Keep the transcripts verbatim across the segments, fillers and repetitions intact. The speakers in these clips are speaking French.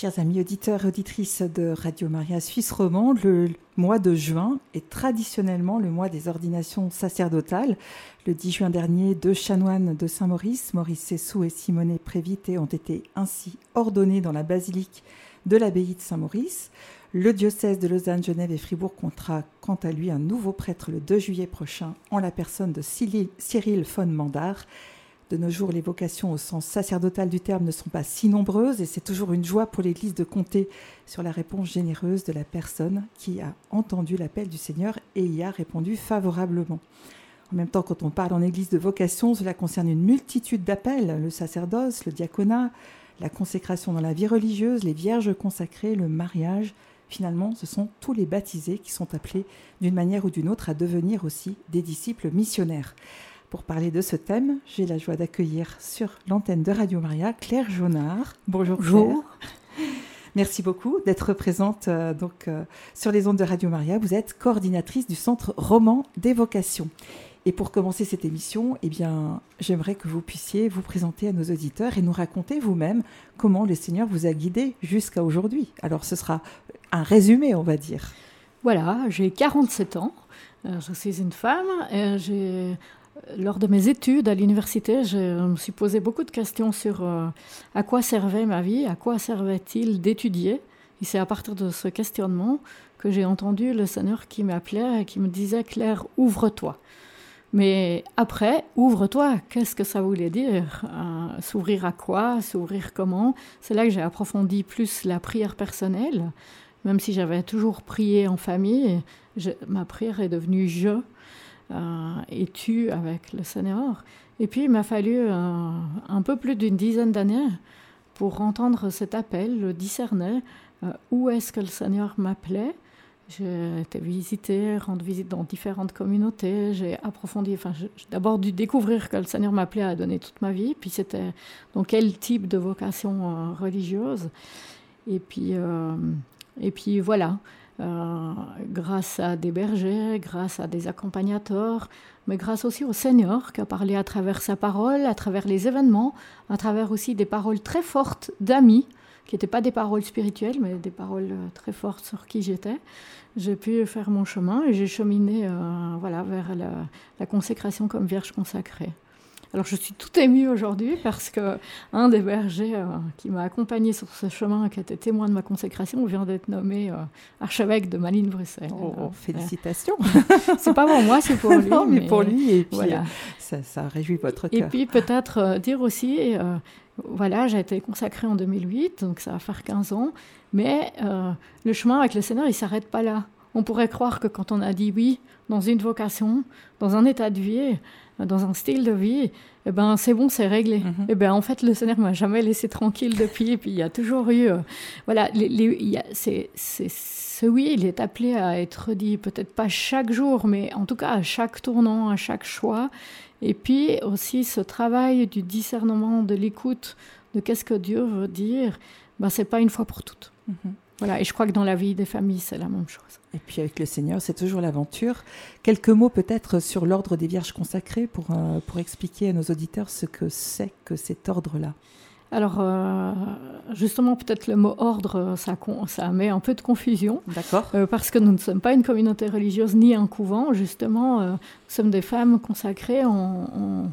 Chers amis auditeurs et auditrices de Radio Maria Suisse romande, le mois de juin est traditionnellement le mois des ordinations sacerdotales. Le dix juin dernier, deux chanoines de Saint-Maurice, Maurice Sessou et Simone Prévite, ont été ainsi ordonnés dans la basilique de l'abbaye de Saint-Maurice. Le diocèse de Lausanne, Genève et Fribourg comptera quant à lui un nouveau prêtre le deux juillet prochain en la personne de Cyril von Mandar. De nos jours, les vocations au sens sacerdotal du terme ne sont pas si nombreuses et c'est toujours une joie pour l'Église de compter sur la réponse généreuse de la personne qui a entendu l'appel du Seigneur et y a répondu favorablement. En même temps, quand on parle en Église de vocation, cela concerne une multitude d'appels, le sacerdoce, le diaconat, la consécration dans la vie religieuse, les vierges consacrées, le mariage. Finalement, ce sont tous les baptisés qui sont appelés d'une manière ou d'une autre à devenir aussi des disciples missionnaires. Pour parler de ce thème, j'ai la joie d'accueillir sur l'antenne de Radio Maria Claire Jaunard. Bonjour Claire. Bonjour. Merci beaucoup d'être présente euh, donc, euh, sur les ondes de Radio Maria. Vous êtes coordinatrice du Centre roman des vocations. Et pour commencer cette émission, eh bien, j'aimerais que vous puissiez vous présenter à nos auditeurs et nous raconter vous-même comment le Seigneur vous a guidé jusqu'à aujourd'hui. Alors ce sera un résumé, on va dire. Voilà, j'ai quarante-sept ans, euh, je suis une femme et j'ai... Lors de mes études à l'université, je me suis posé beaucoup de questions sur euh, à quoi servait ma vie, à quoi servait-il d'étudier. Et c'est à partir de ce questionnement que j'ai entendu le Seigneur qui m'appelait et qui me disait « Claire, ouvre-toi ». Mais après, ouvre-toi, qu'est-ce que ça voulait dire euh, s'ouvrir à quoi, s'ouvrir comment? C'est là que j'ai approfondi plus la prière personnelle. Même si j'avais toujours prié en famille, je, ma prière est devenue « je ». Euh, et tu avec le Seigneur. Et puis il m'a fallu euh, un peu plus d'une dizaine d'années pour entendre cet appel, le discerner, euh, où est-ce que le Seigneur m'appelait. J'ai été visiter, rendre visite dans différentes communautés, j'ai approfondi, enfin j'ai d'abord dû découvrir que le Seigneur m'appelait à donner toute ma vie, puis c'était dans quel type de vocation euh, religieuse. Et puis, euh, et puis voilà. Euh, grâce à des bergers, grâce à des accompagnateurs, mais grâce aussi au Seigneur qui a parlé à travers sa parole, à travers les événements, à travers aussi des paroles très fortes d'amis, qui n'étaient pas des paroles spirituelles, mais des paroles très fortes sur qui j'étais. J'ai pu faire mon chemin et j'ai cheminé euh, voilà, vers la, la consécration comme vierge consacrée. Alors je suis tout émue aujourd'hui parce qu'un des bergers euh, qui m'a accompagnée sur ce chemin, qui était témoin de ma consécration, vient d'être nommé euh, archevêque de Malines-Bruxelles. Oh, oh, félicitations. C'est pas pour moi, c'est pour lui. Non, mais, mais pour lui, et puis voilà. euh, ça, ça réjouit votre cœur. Et puis peut-être euh, dire aussi, euh, voilà, j'ai été consacrée en deux mille huit, donc ça va faire quinze ans, mais euh, le chemin avec le Seigneur, il ne s'arrête pas là. On pourrait croire que quand on a dit oui dans une vocation, dans un état de vie, dans un style de vie, eh ben, c'est bon, c'est réglé. Mm-hmm. Eh ben, en fait, le Seigneur ne m'a jamais laissé tranquille depuis. Et puis, il y a toujours eu... Euh, voilà, les, les, il y a, c'est, c'est, ce oui, il est appelé à être dit, peut-être pas chaque jour, mais en tout cas à chaque tournant, à chaque choix. Et puis aussi, ce travail du discernement, de l'écoute, de qu'est-ce que Dieu veut dire, ben, ce n'est pas une fois pour toutes. Mm-hmm. Voilà, et je crois que dans la vie des familles, c'est la même chose. Et puis avec le Seigneur, c'est toujours l'aventure. Quelques mots peut-être sur l'ordre des Vierges consacrées pour, euh, pour expliquer à nos auditeurs ce que c'est que cet ordre-là. Alors, euh, justement, peut-être le mot ordre, ça, ça met un peu de confusion. D'accord. Euh, parce que nous ne sommes pas une communauté religieuse ni un couvent. Justement, euh, nous sommes des femmes consacrées. On, on,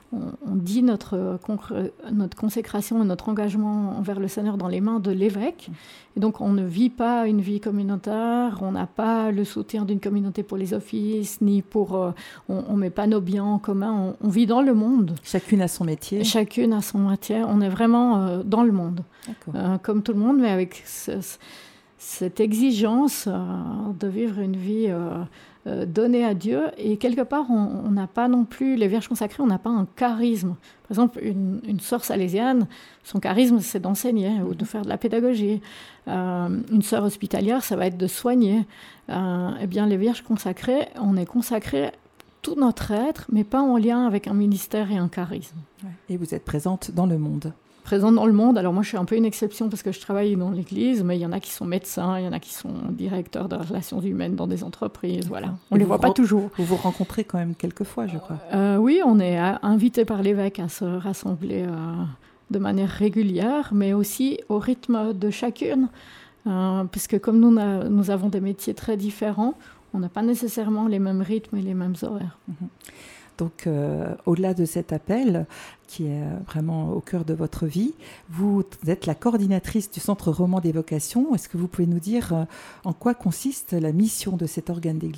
on dit notre, notre consécration et notre engagement envers le Seigneur dans les mains de l'évêque. Et donc, on ne vit pas une vie communautaire, on n'a pas le soutien d'une communauté pour les offices, ni pour... Euh, on ne met pas nos biens en commun, on, on vit dans le monde. Chacune a son métier. Chacune a son métier, on est vraiment euh, dans le monde. Euh, comme tout le monde, mais avec ce, cette exigence euh, de vivre une vie... Euh, Euh, donné à Dieu, et quelque part on n'a pas non plus, les Vierges consacrées, on n'a pas un charisme. Par exemple, une, une sœur salésienne, son charisme c'est d'enseigner mmh. ou de faire de la pédagogie. Euh, une sœur hospitalière, ça va être de soigner. Euh, eh bien les Vierges consacrées, on est consacrées tout notre être, mais pas en lien avec un ministère et un charisme. Et vous êtes présente dans le monde. Présente dans le monde. Alors moi, je suis un peu une exception parce que je travaille dans l'Église, mais il y en a qui sont médecins, il y en a qui sont directeurs de relations humaines dans des entreprises. Voilà. On ne les voit pas re- toujours. Vous vous rencontrez quand même quelques fois, je crois. Euh, oui, on est invités par l'évêque à se rassembler euh, de manière régulière, mais aussi au rythme de chacune, euh, puisque comme nous, nous avons des métiers très différents, on n'a pas nécessairement les mêmes rythmes et les mêmes horaires. Mmh. Donc, euh, au-delà de cet appel, qui est vraiment au cœur de votre vie, vous êtes la coordinatrice du Centre roman des vocations. Est-ce que vous pouvez nous dire euh, en quoi consiste la mission de cet organe d'église ?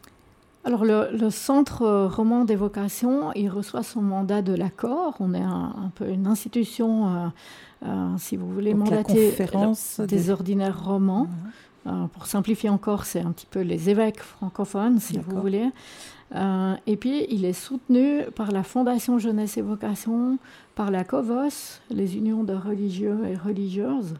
Alors, le, le Centre roman des vocations, il reçoit son mandat de l'Accord. On est un, un peu une institution, euh, euh, si vous voulez, donc mandatée des... des ordinaires romans. Mmh. Euh, pour simplifier encore, c'est un petit peu les évêques francophones, si D'accord. vous voulez. Euh, et puis, il est soutenu par la Fondation Jeunesse et Vocation, par la COVOS, les unions de religieux et religieuses.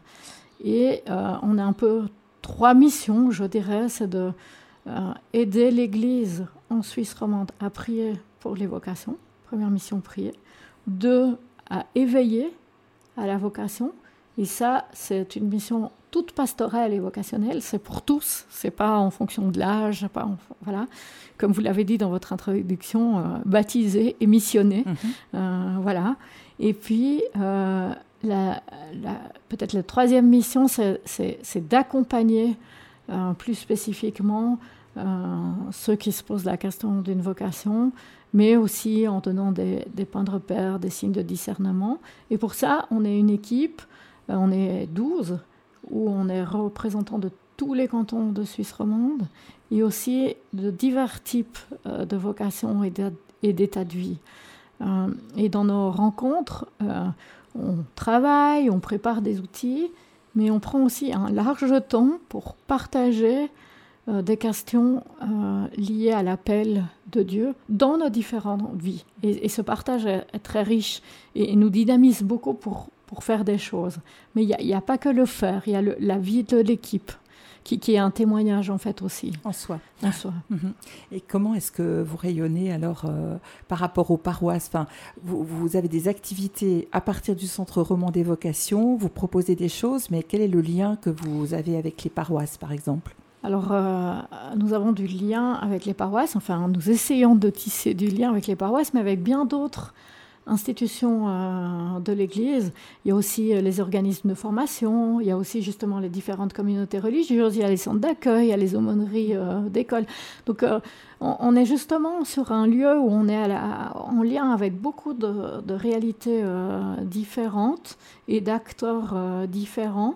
Et euh, on a un peu trois missions, je dirais. C'est de euh, aider l'Église en Suisse romande à prier pour les vocations. Première mission, prier. Deux, à éveiller à la vocation. Et ça, c'est une mission toute pastorale et vocationnelle. C'est pour tous. C'est pas en fonction de l'âge. Pas en, voilà. Comme vous l'avez dit dans votre introduction, euh, baptisé et missionné. Mmh. Euh, voilà. Et puis, euh, la, la, peut-être la troisième mission, c'est, c'est, c'est d'accompagner euh, plus spécifiquement euh, ceux qui se posent la question d'une vocation, mais aussi en donnant des, des points de repère, des signes de discernement. Et pour ça, on est une équipe, euh, on est douze, où on est représentant de tous les cantons de Suisse romande, et aussi de divers types euh, de vocations et, de, et d'états de vie. Euh, et dans nos rencontres, euh, on travaille, on prépare des outils, mais on prend aussi un large temps pour partager euh, des questions euh, liées à l'appel de Dieu dans nos différentes vies. Et, et ce partage est, est très riche et, et nous dynamise beaucoup pour, pour faire des choses. Mais il n'y a, a pas que le faire, il y a le, la vie de l'équipe. Qui, qui est un témoignage en fait aussi. En soi. En soi. Mmh. Et comment est-ce que vous rayonnez alors euh, par rapport aux paroisses ? Enfin, vous, vous avez des activités à partir du Centre roman des vocations, vous proposez des choses, mais quel est le lien que vous avez avec les paroisses par exemple ? Alors, euh, nous avons du lien avec les paroisses, enfin nous essayons de tisser du lien avec les paroisses, mais avec bien d'autres institutions euh, de l'Église. Il y a aussi euh, les organismes de formation, il y a aussi justement les différentes communautés religieuses, il y a les centres d'accueil, il y a les aumôneries euh, d'école. Donc euh, on, on est justement sur un lieu où on est à la, en lien avec beaucoup de, de réalités euh, différentes et d'acteurs euh, différents.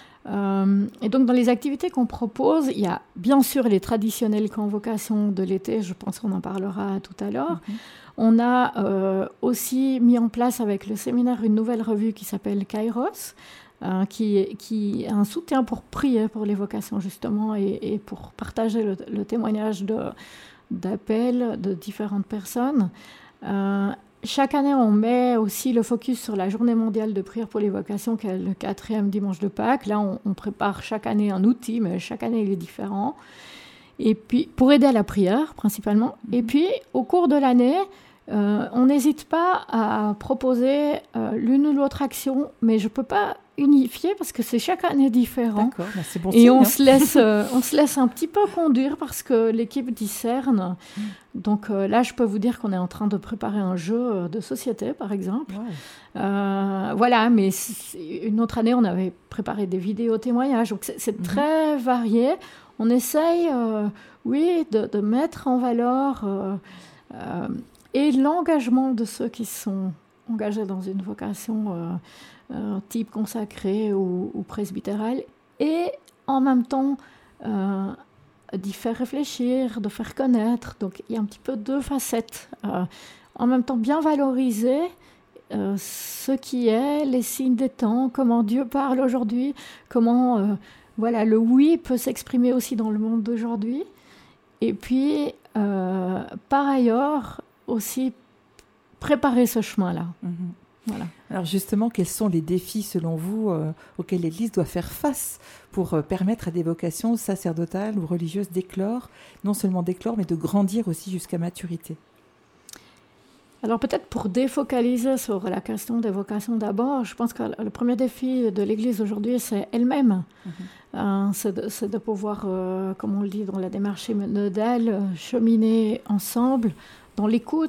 Euh, et donc dans les activités qu'on propose, il y a bien sûr les traditionnelles convocations de l'été, je pense qu'on en parlera tout à l'heure. Mm-hmm. On a euh, aussi mis en place avec le séminaire une nouvelle revue qui s'appelle Kairos, euh, qui, qui est un soutien pour prier pour les vocations justement et, et pour partager le, le témoignage de, d'appels de différentes personnes. Euh, chaque année, on met aussi le focus sur la journée mondiale de prière pour les vocations, qui est le quatrième dimanche de Pâques. Là, on, on prépare chaque année un outil, mais chaque année, il est différent. Et puis, pour aider à la prière, principalement. Et puis, au cours de l'année, Euh, on n'hésite pas à proposer euh, l'une ou l'autre action, mais je ne peux pas unifier parce que c'est chaque année différent. D'accord, bah c'est bon et signe, on, hein. se laisse, euh, on se laisse un petit peu conduire parce que l'équipe discerne. Mm. Donc euh, là, je peux vous dire qu'on est en train de préparer un jeu de société, par exemple. Wow. Euh, voilà, mais une autre année, on avait préparé des vidéos témoignages. Donc c'est, c'est mm-hmm. très varié. On essaye, euh, oui, de, de mettre en valeur... Euh, euh, et l'engagement de ceux qui sont engagés dans une vocation euh, euh, type consacré ou, ou presbytérale, et en même temps euh, d'y faire réfléchir, de faire connaître. Donc il y a un petit peu deux facettes. Euh, en même temps bien valoriser euh, ce qui est, les signes des temps, comment Dieu parle aujourd'hui, comment euh, voilà, le oui peut s'exprimer aussi dans le monde d'aujourd'hui. Et puis, euh, par ailleurs, aussi préparer ce chemin-là. Mmh. Voilà. Alors justement, quels sont les défis, selon vous, euh, auxquels l'Église doit faire face pour euh, permettre à des vocations sacerdotales ou religieuses d'éclore, non seulement d'éclore, mais de grandir aussi jusqu'à maturité ? Alors peut-être pour défocaliser sur la question des vocations d'abord, je pense que le premier défi de l'Église aujourd'hui, c'est elle-même. Mmh. Euh, c'est, de, c'est de pouvoir, euh, comme on le dit dans la démarche synodale, cheminer ensemble dans l'écoute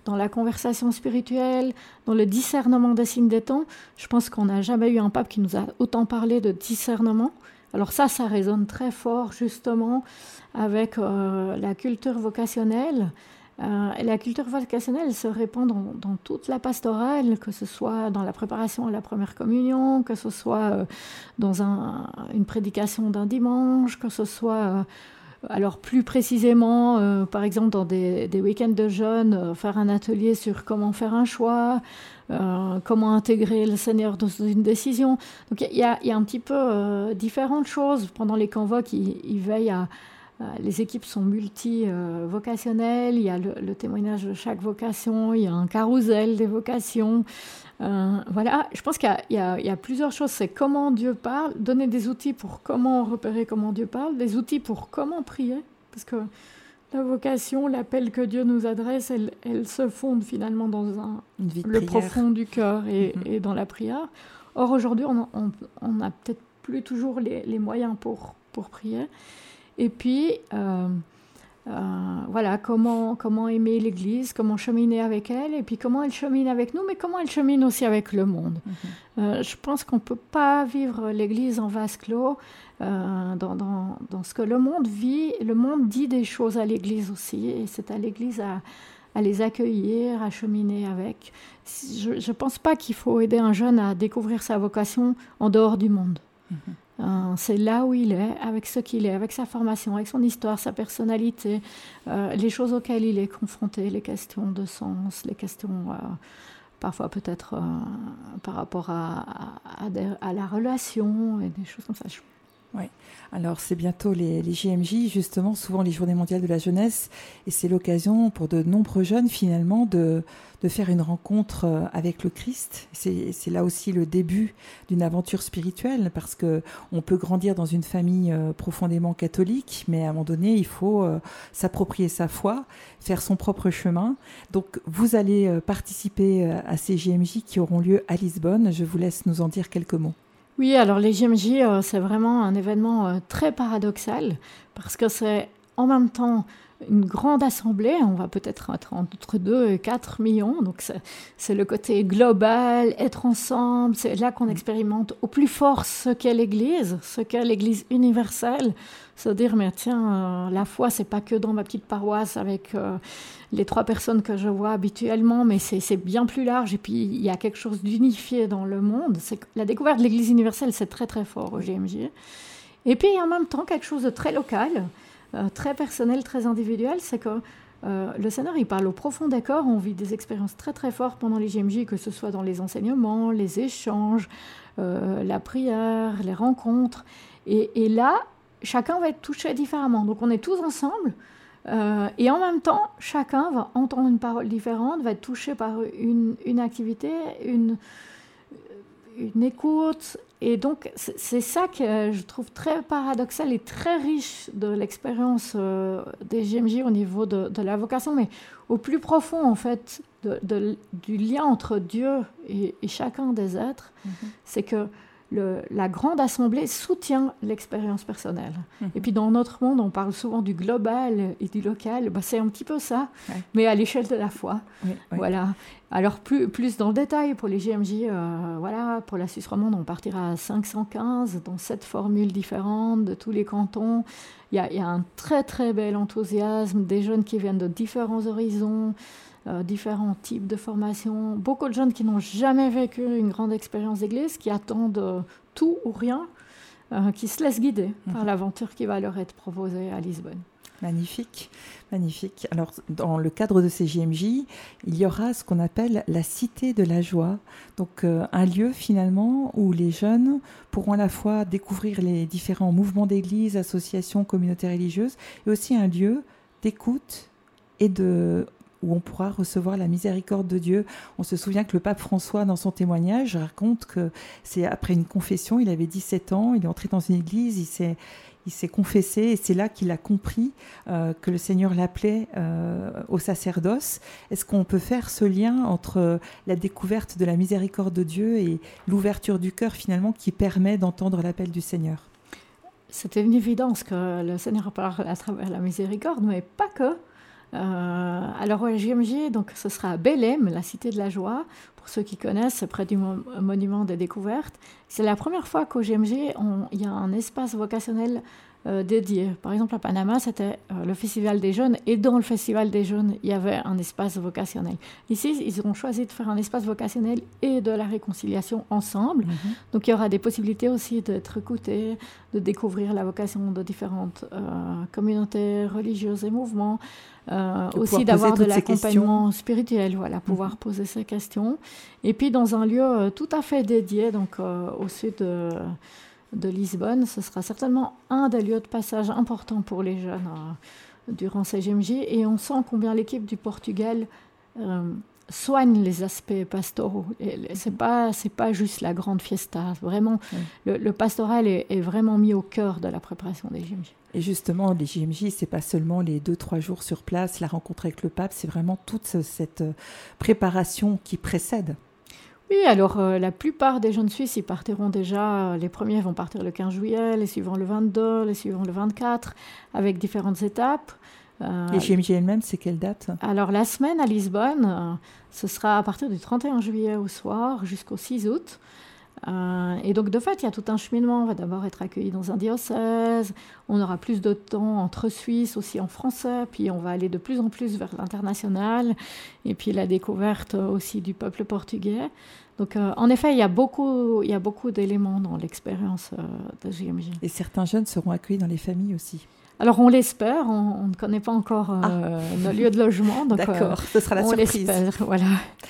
dans la conversation spirituelle, dans le discernement des signes des temps. Je pense qu'on n'a jamais eu un pape qui nous a autant parlé de discernement. Alors ça, ça résonne très fort justement avec euh, la culture vocationnelle. Euh, et la culture vocationnelle se répand dans, dans toute la pastorale, que ce soit dans la préparation à la première communion, que ce soit euh, dans un, une prédication d'un dimanche, que ce soit, euh, alors plus précisément, euh, par exemple dans des, des week-ends de jeûne, euh, faire un atelier sur comment faire un choix, euh, comment intégrer le Seigneur dans une décision. Donc il y, y, y a un petit peu euh, différentes choses. Pendant les convoques, ils, ils veillent à... Les équipes sont multi-vocationnelles, il y a le, le témoignage de chaque vocation, il y a un carrousel des vocations. Euh, voilà, je pense qu'il y a, il y a, il y a plusieurs choses. C'est comment Dieu parle, donner des outils pour comment repérer comment Dieu parle, des outils pour comment prier, parce que la vocation, l'appel que Dieu nous adresse, elle, elle se fonde finalement dans un, le prière. Profond du cœur et, mm-hmm. et dans la prière. Or, aujourd'hui, on n'a peut-être plus toujours les, les moyens pour, pour prier. Et puis, euh, euh, voilà, comment, comment aimer l'Église, comment cheminer avec elle, et puis comment elle chemine avec nous, mais comment elle chemine aussi avec le monde. Mm-hmm. Euh, je pense qu'on ne peut pas vivre l'Église en vase clos euh, dans, dans, dans ce que le monde vit. Le monde dit des choses à l'Église aussi, et c'est à l'Église à, à les accueillir, à cheminer avec. Je ne pense pas qu'il faut aider un jeune à découvrir sa vocation en dehors du monde. Mm-hmm. Euh, c'est là où il est, avec ce qu'il est, avec sa formation, avec son histoire, sa personnalité, euh, les choses auxquelles il est confronté, les questions de sens, les questions euh, parfois peut-être euh, par rapport à, à, à, des, à la relation et des choses comme ça. Oui, alors c'est bientôt les, les J M J, justement, souvent les Journées mondiales de la jeunesse, et c'est l'occasion pour de nombreux jeunes finalement de, de faire une rencontre avec le Christ. C'est, c'est là aussi le début d'une aventure spirituelle, parce qu'on peut grandir dans une famille profondément catholique, mais à un moment donné, il faut s'approprier sa foi, faire son propre chemin. Donc vous allez participer à ces J M J qui auront lieu à Lisbonne. Je vous laisse nous en dire quelques mots. Oui, alors les J M J, euh, c'est vraiment un événement euh, très paradoxal parce que c'est en même temps une grande assemblée, on va peut-être être entre deux et quatre millions, donc c'est, c'est le côté global, être ensemble, c'est là qu'on expérimente au plus fort ce qu'est l'Église, ce qu'est l'Église universelle, se dire, mais tiens, euh, la foi, c'est pas que dans ma petite paroisse avec euh, les trois personnes que je vois habituellement, mais c'est, c'est bien plus large, et puis il y a quelque chose d'unifié dans le monde. C'est, la découverte de l'Église universelle, c'est très très fort au J M J. Et puis en même temps, quelque chose de très local, euh, très personnel, très individuel, c'est que euh, le Seigneur, il parle au profond des corps, on vit des expériences très très fortes pendant les J M J, que ce soit dans les enseignements, les échanges, euh, la prière, les rencontres, et, et là, chacun va être touché différemment. Donc on est tous ensemble, euh, et en même temps, chacun va entendre une parole différente, va être touché par une, une activité, une, une écoute. Et donc c'est, c'est ça que je trouve très paradoxal et très riche de l'expérience euh, des J M J au niveau de, de la vocation, mais au plus profond en fait de, de, du lien entre Dieu et, et chacun des êtres, mm-hmm. c'est que Le, la grande assemblée soutient l'expérience personnelle. Mmh. Et puis dans notre monde, on parle souvent du global et du local. Ben, c'est un petit peu ça, ouais. mais à l'échelle de la foi. Oui, oui. Voilà. Alors plus, plus dans le détail, pour les J M J, euh, voilà, pour la Suisse romande, on partira à cinq cent quinze, dans sept formules différentes de tous les cantons. Il y a, il y a un très très bel enthousiasme, des jeunes qui viennent de différents horizons, Euh, différents types de formations, beaucoup de jeunes qui n'ont jamais vécu une grande expérience d'église, qui attendent euh, tout ou rien, euh, qui se laissent guider mmh. par l'aventure qui va leur être proposée à Lisbonne. Magnifique, magnifique. Alors, dans le cadre de ces J M J, il y aura ce qu'on appelle la Cité de la Joie. Donc, euh, un lieu finalement où les jeunes pourront à la fois découvrir les différents mouvements d'église, associations, communautés religieuses, et aussi un lieu d'écoute et de... où on pourra recevoir la miséricorde de Dieu. On se souvient que le pape François, dans son témoignage, raconte que c'est après une confession, il avait dix-sept ans, il est entré dans une église, il s'est, il s'est confessé, et c'est là qu'il a compris euh, que le Seigneur l'appelait euh, au sacerdoce. Est-ce qu'on peut faire ce lien entre la découverte de la miséricorde de Dieu et l'ouverture du cœur, finalement, qui permet d'entendre l'appel du Seigneur ? C'était une évidence que le Seigneur parle à travers la miséricorde, mais pas que. Euh, alors, au J M J, donc, ce sera à Belém, la Cité de la Joie. Pour ceux qui connaissent, c'est près du mo- Monument des Découvertes. C'est la première fois qu'au J M J, il y a un espace vocationnel euh, dédié. Par exemple, à Panama, c'était euh, le Festival des Jeunes, et dans le Festival des Jeunes, il y avait un espace vocationnel. Ici, ils ont choisi de faire un espace vocationnel et de la réconciliation ensemble. Mm-hmm. Donc, il y aura des possibilités aussi d'être écoutés, de découvrir la vocation de différentes euh, communautés religieuses et mouvements. Euh, aussi d'avoir de l'accompagnement spirituel, voilà, pouvoir mmh. poser ces questions. Et puis dans un lieu euh, tout à fait dédié, donc euh, au sud de, de Lisbonne, ce sera certainement un des lieux de passage importants pour les jeunes euh, durant ces J M J. Et on sent combien l'équipe du Portugal euh, soigne les aspects pastoraux. Et c'est pas c'est pas juste la grande fiesta. Vraiment, mmh. le, le pastoral est, est vraiment mis au cœur de la préparation des J M J. Et justement, les J M J, c'est pas seulement les deux, trois jours sur place, la rencontre avec le pape, c'est vraiment toute cette préparation qui précède. Oui, alors euh, la plupart des jeunes Suisses, ils partiront déjà, les premiers vont partir le quinze juillet, les suivants le vingt-deux, les suivants le vingt-quatre, avec différentes étapes. Euh, les J M J elles-mêmes, c'est quelle date ? Alors la semaine à Lisbonne, euh, ce sera à partir du trente et un juillet au soir jusqu'au six août. Euh, et donc, de fait, il y a tout un cheminement. On va d'abord être accueilli dans un diocèse. On aura plus de temps entre Suisses, aussi en français. Puis, on va aller de plus en plus vers l'international. Et puis, la découverte aussi du peuple portugais. Donc, euh, en effet, il y a beaucoup, il y a beaucoup d'éléments dans l'expérience euh, de J M J. Et certains jeunes seront accueillis dans les familles aussi. Alors, on l'espère. On, on ne connaît pas encore euh, ah. nos lieux de logement. Donc, d'accord, euh, ce sera la on surprise. On l'espère, voilà.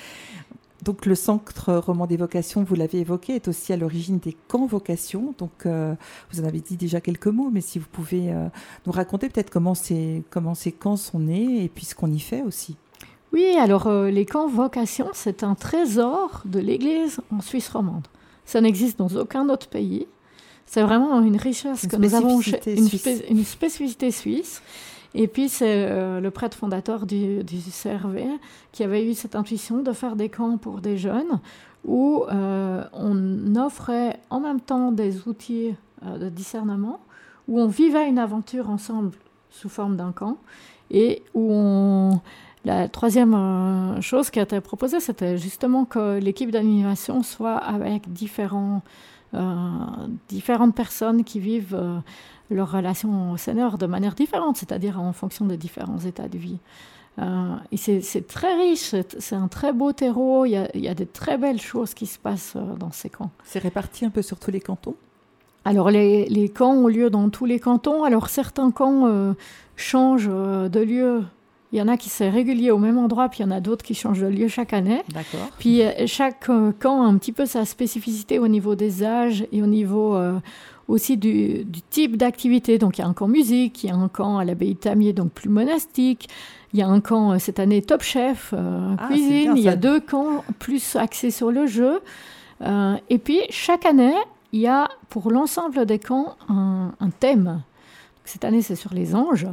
Donc le Centre Roman des Vocations, vous l'avez évoqué, est aussi à l'origine des camps vocations. Donc euh, vous en avez dit déjà quelques mots, mais si vous pouvez euh, nous raconter peut-être comment ces, comment ces camps sont nés et puis ce qu'on y fait aussi. Oui, alors euh, les camps vocations, c'est un trésor de l'Église en Suisse romande. Ça n'existe dans aucun autre pays. C'est vraiment une richesse une que nous avons, une, spé- une spécificité suisse. Et puis, c'est euh, le prêtre fondateur du, du C R V qui avait eu cette intuition de faire des camps pour des jeunes où euh, on offrait en même temps des outils euh, de discernement, où on vivait une aventure ensemble sous forme d'un camp, et où on... La troisième euh, chose qui a été proposée, c'était justement que l'équipe d'animation soit avec différents, euh, différentes personnes qui vivent... Euh, leur relation au Seigneur de manière différente, c'est-à-dire en fonction des différents états de vie. Euh, et c'est, c'est très riche, c'est, c'est un très beau terreau, il y a, il y a de très belles choses qui se passent euh, dans ces camps. C'est réparti un peu sur tous les cantons ? Alors, les, les camps ont lieu dans tous les cantons. Alors, certains camps euh, changent euh, de lieu. Il y en a qui sont réguliers au même endroit, puis il y en a d'autres qui changent de lieu chaque année. D'accord. Puis, euh, chaque euh, camp a un petit peu sa spécificité au niveau des âges et au niveau... Euh, aussi du, du type d'activité. Donc, il y a un camp musique, il y a un camp à l'abbaye de Tamier, donc plus monastique. Il y a un camp, euh, cette année, Top Chef, euh, ah, cuisine. Bien, il y a deux camps plus axés sur le jeu. Euh, et puis, chaque année, il y a pour l'ensemble des camps un, un thème. Donc, cette année, c'est sur les anges.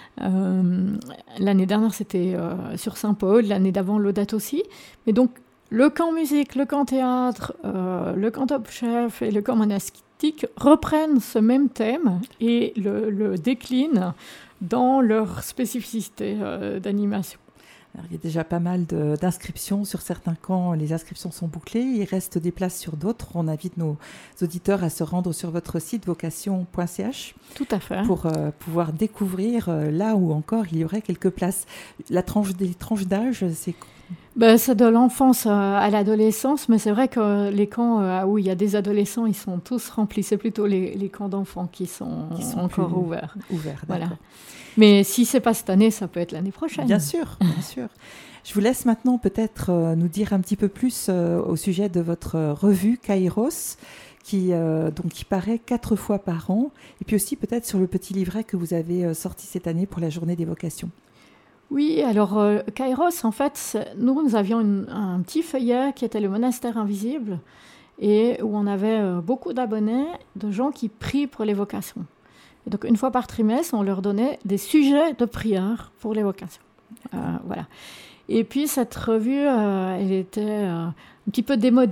Euh, l'année dernière, c'était euh, sur Saint-Paul. L'année d'avant, Laudato Si. Mais donc, le camp musique, le camp théâtre, euh, le camp Top Chef et le camp monastique reprennent ce même thème et le, le déclinent dans leur spécificité euh, d'animation. Alors, il y a déjà pas mal de, d'inscriptions sur certains camps. Les inscriptions sont bouclées. Il reste des places sur d'autres. On invite nos auditeurs à se rendre sur votre site vocation point c h. Tout à fait. Pour euh, pouvoir découvrir euh, là où encore il y aurait quelques places. La tranche des tranches d'âge, c'est Ben, c'est de l'enfance à l'adolescence, mais c'est vrai que les camps où il y a des adolescents, ils sont tous remplis. C'est plutôt les, les camps d'enfants qui sont, qui sont encore ouverts. ouverts voilà. Mais si ce n'est pas cette année, ça peut être l'année prochaine. Bien sûr, bien sûr. Je vous laisse maintenant peut-être euh, nous dire un petit peu plus euh, au sujet de votre euh, revue Kairos, qui, euh, donc, qui paraît quatre fois par an, et puis aussi peut-être sur le petit livret que vous avez euh, sorti cette année pour la Journée des vocations. Oui, alors euh, Kairos, en fait, nous, nous avions une, un petit feuillet qui était le monastère invisible et où on avait euh, beaucoup d'abonnés, de gens qui prient pour les vocations. Et donc, une fois par trimestre, on leur donnait des sujets de prière pour les vocations. Euh, voilà. Et puis, cette revue, euh, elle était euh, un petit peu démodée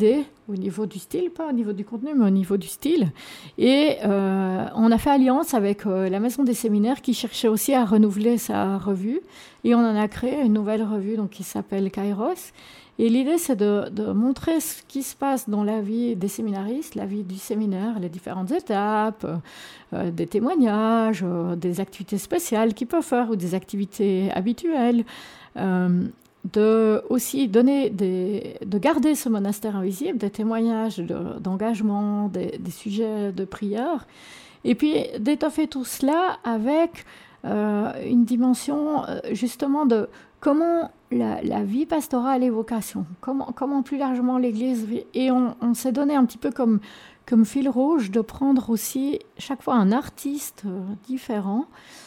au niveau du style, pas au niveau du contenu, mais au niveau du style. Et euh, on a fait alliance avec euh, la Maison des Séminaires qui cherchait aussi à renouveler sa revue. Et on en a créé une nouvelle revue donc, qui s'appelle Kairos. Et l'idée, c'est de, de montrer ce qui se passe dans la vie des séminaristes, la vie du séminaire, les différentes étapes, euh, des témoignages, euh, des activités spéciales qu'ils peuvent faire ou des activités habituelles. Euh, de aussi donner des, de garder ce monastère invisible, des témoignages de, d'engagement, des, des sujets de prière, et puis d'étoffer tout cela avec euh, une dimension euh, justement de comment la, la vie pastorale et vocation, comment, comment plus largement l'Église vit. Et on, on s'est donné un petit peu comme, comme fil rouge de prendre aussi chaque fois un artiste euh, différent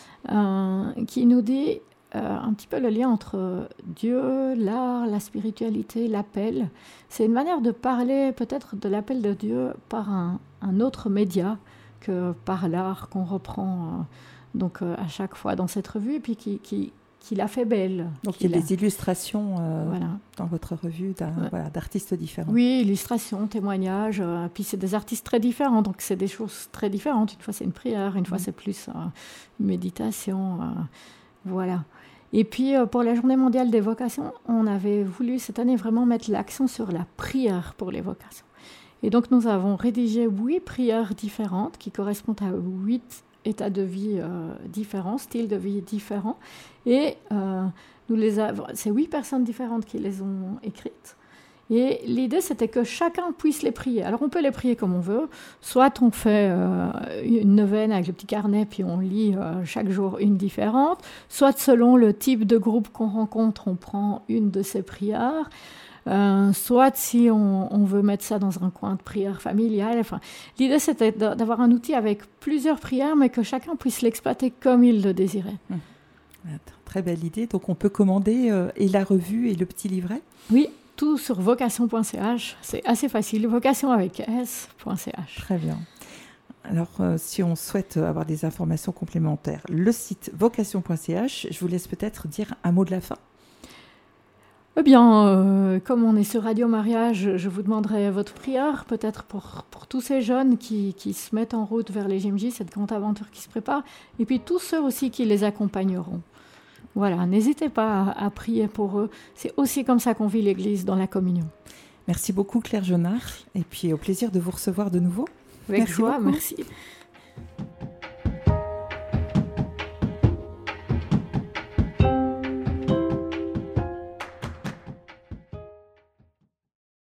euh, qui nous dit Euh, un petit peu le lien entre Dieu, l'art, la spiritualité, l'appel. C'est une manière de parler peut-être de l'appel de Dieu par un, un autre média que par l'art qu'on reprend euh, donc, euh, à chaque fois dans cette revue, et puis qui, qui, qui l'a fait belle. Donc il y a des illustrations euh, voilà. dans votre revue d'un, ouais. voilà, d'artistes différents. Oui, illustrations, témoignages, euh, puis c'est des artistes très différents, donc c'est des choses très différentes. Une fois c'est une prière, une fois mmh. c'est plus euh, une méditation, euh, voilà. Et puis, euh, pour la Journée mondiale des vocations, on avait voulu cette année vraiment mettre l'accent sur la prière pour les vocations. Et donc, nous avons rédigé huit prières différentes qui correspondent à huit états de vie euh, différents, styles de vie différents. Et euh, nous les avons, c'est huit personnes différentes qui les ont écrites. Et l'idée, c'était que chacun puisse les prier. Alors, on peut les prier comme on veut. Soit on fait euh, une neuvaine avec le petit carnet, puis on lit euh, chaque jour une différente. Soit selon le type de groupe qu'on rencontre, on prend une de ces prières. Euh, soit si on, on veut mettre ça dans un coin de prière familiale. Enfin, l'idée, c'était d'avoir un outil avec plusieurs prières, mais que chacun puisse l'exploiter comme il le désirait. Mmh. Très belle idée. Donc, on peut commander euh, et la revue et le petit livret ? Oui. Tout sur vocation point c h, c'est assez facile, vocation avec s.ch. Très bien. Alors, euh, si on souhaite avoir des informations complémentaires, le site vocation point c h, je vous laisse peut-être dire un mot de la fin. Eh bien, euh, comme on est sur Radio Maria, je, je vous demanderai votre prière, peut-être pour, pour tous ces jeunes qui, qui se mettent en route vers les J M J, cette grande aventure qui se prépare, et puis tous ceux aussi qui les accompagneront. Voilà, n'hésitez pas à, à prier pour eux. C'est aussi comme ça qu'on vit l'Église dans la communion. Merci beaucoup Claire Jonard, et puis au plaisir de vous recevoir de nouveau. Avec merci joie, beaucoup. Merci.